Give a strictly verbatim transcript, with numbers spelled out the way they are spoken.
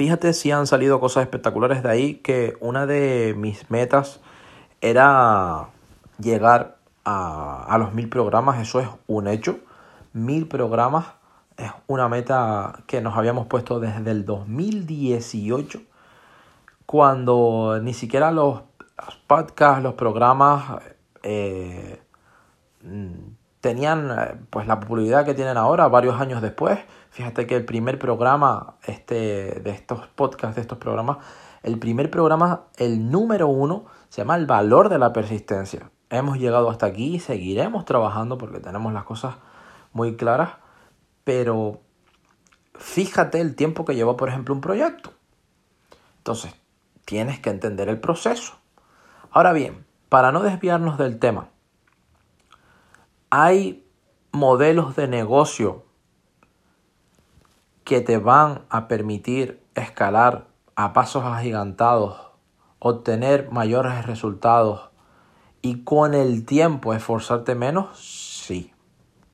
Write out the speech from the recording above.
fíjate si han salido cosas espectaculares de ahí, que una de mis metas era llegar a, a los mil programas. Eso es un hecho. Mil programas es una meta que nos habíamos puesto desde el dos mil dieciocho, cuando ni siquiera los podcasts, los programas eh, tenían pues la popularidad que tienen ahora, varios años después. Fíjate que el primer programa este, de estos podcasts, de estos programas, el primer programa, el número uno, se llama El Valor de la Persistencia. Hemos llegado hasta aquí y seguiremos trabajando porque tenemos las cosas muy claras, pero fíjate el tiempo que lleva, por ejemplo, un proyecto. Entonces, tienes que entender el proceso. Ahora bien, para no desviarnos del tema, hay modelos de negocio que te van a permitir escalar a pasos agigantados, obtener mayores resultados y con el tiempo esforzarte menos.